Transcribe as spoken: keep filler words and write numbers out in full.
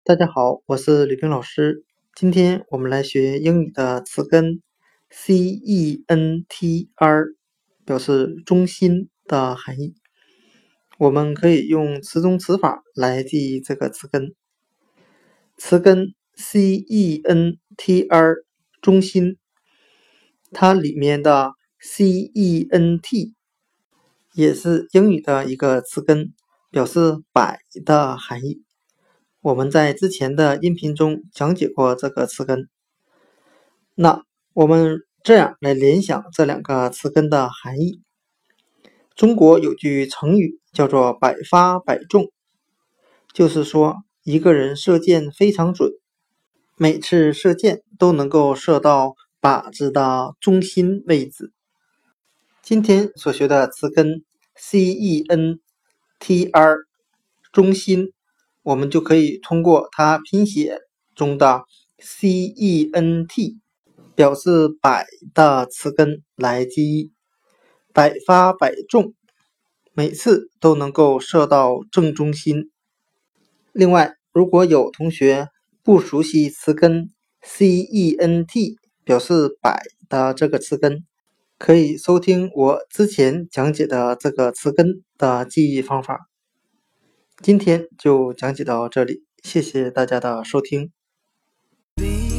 大家好，我是吕冰老师。今天我们来学英语的词根 C E N T R， 表示中心的含义。我们可以用词中词法来记忆这个词根。词根 C E N T R 中心，它里面的 C E N T 也是英语的一个词根，表示百的含义。我们在之前的音频中讲解过这个词根。那我们这样来联想这两个词根的含义。中国有句成语叫做百发百中，就是说一个人射箭非常准，每次射箭都能够射到靶子的中心位置。今天所学的词根 C E N T R 中心，我们就可以通过它拼写中的 C E N T 表示百的词根来记忆，百发百中，每次都能够射到正中心。另外，如果有同学不熟悉词根 C E N T 表示百的这个词根，可以收听我之前讲解的这个词根的记忆方法。今天就讲解到这里，谢谢大家的收听。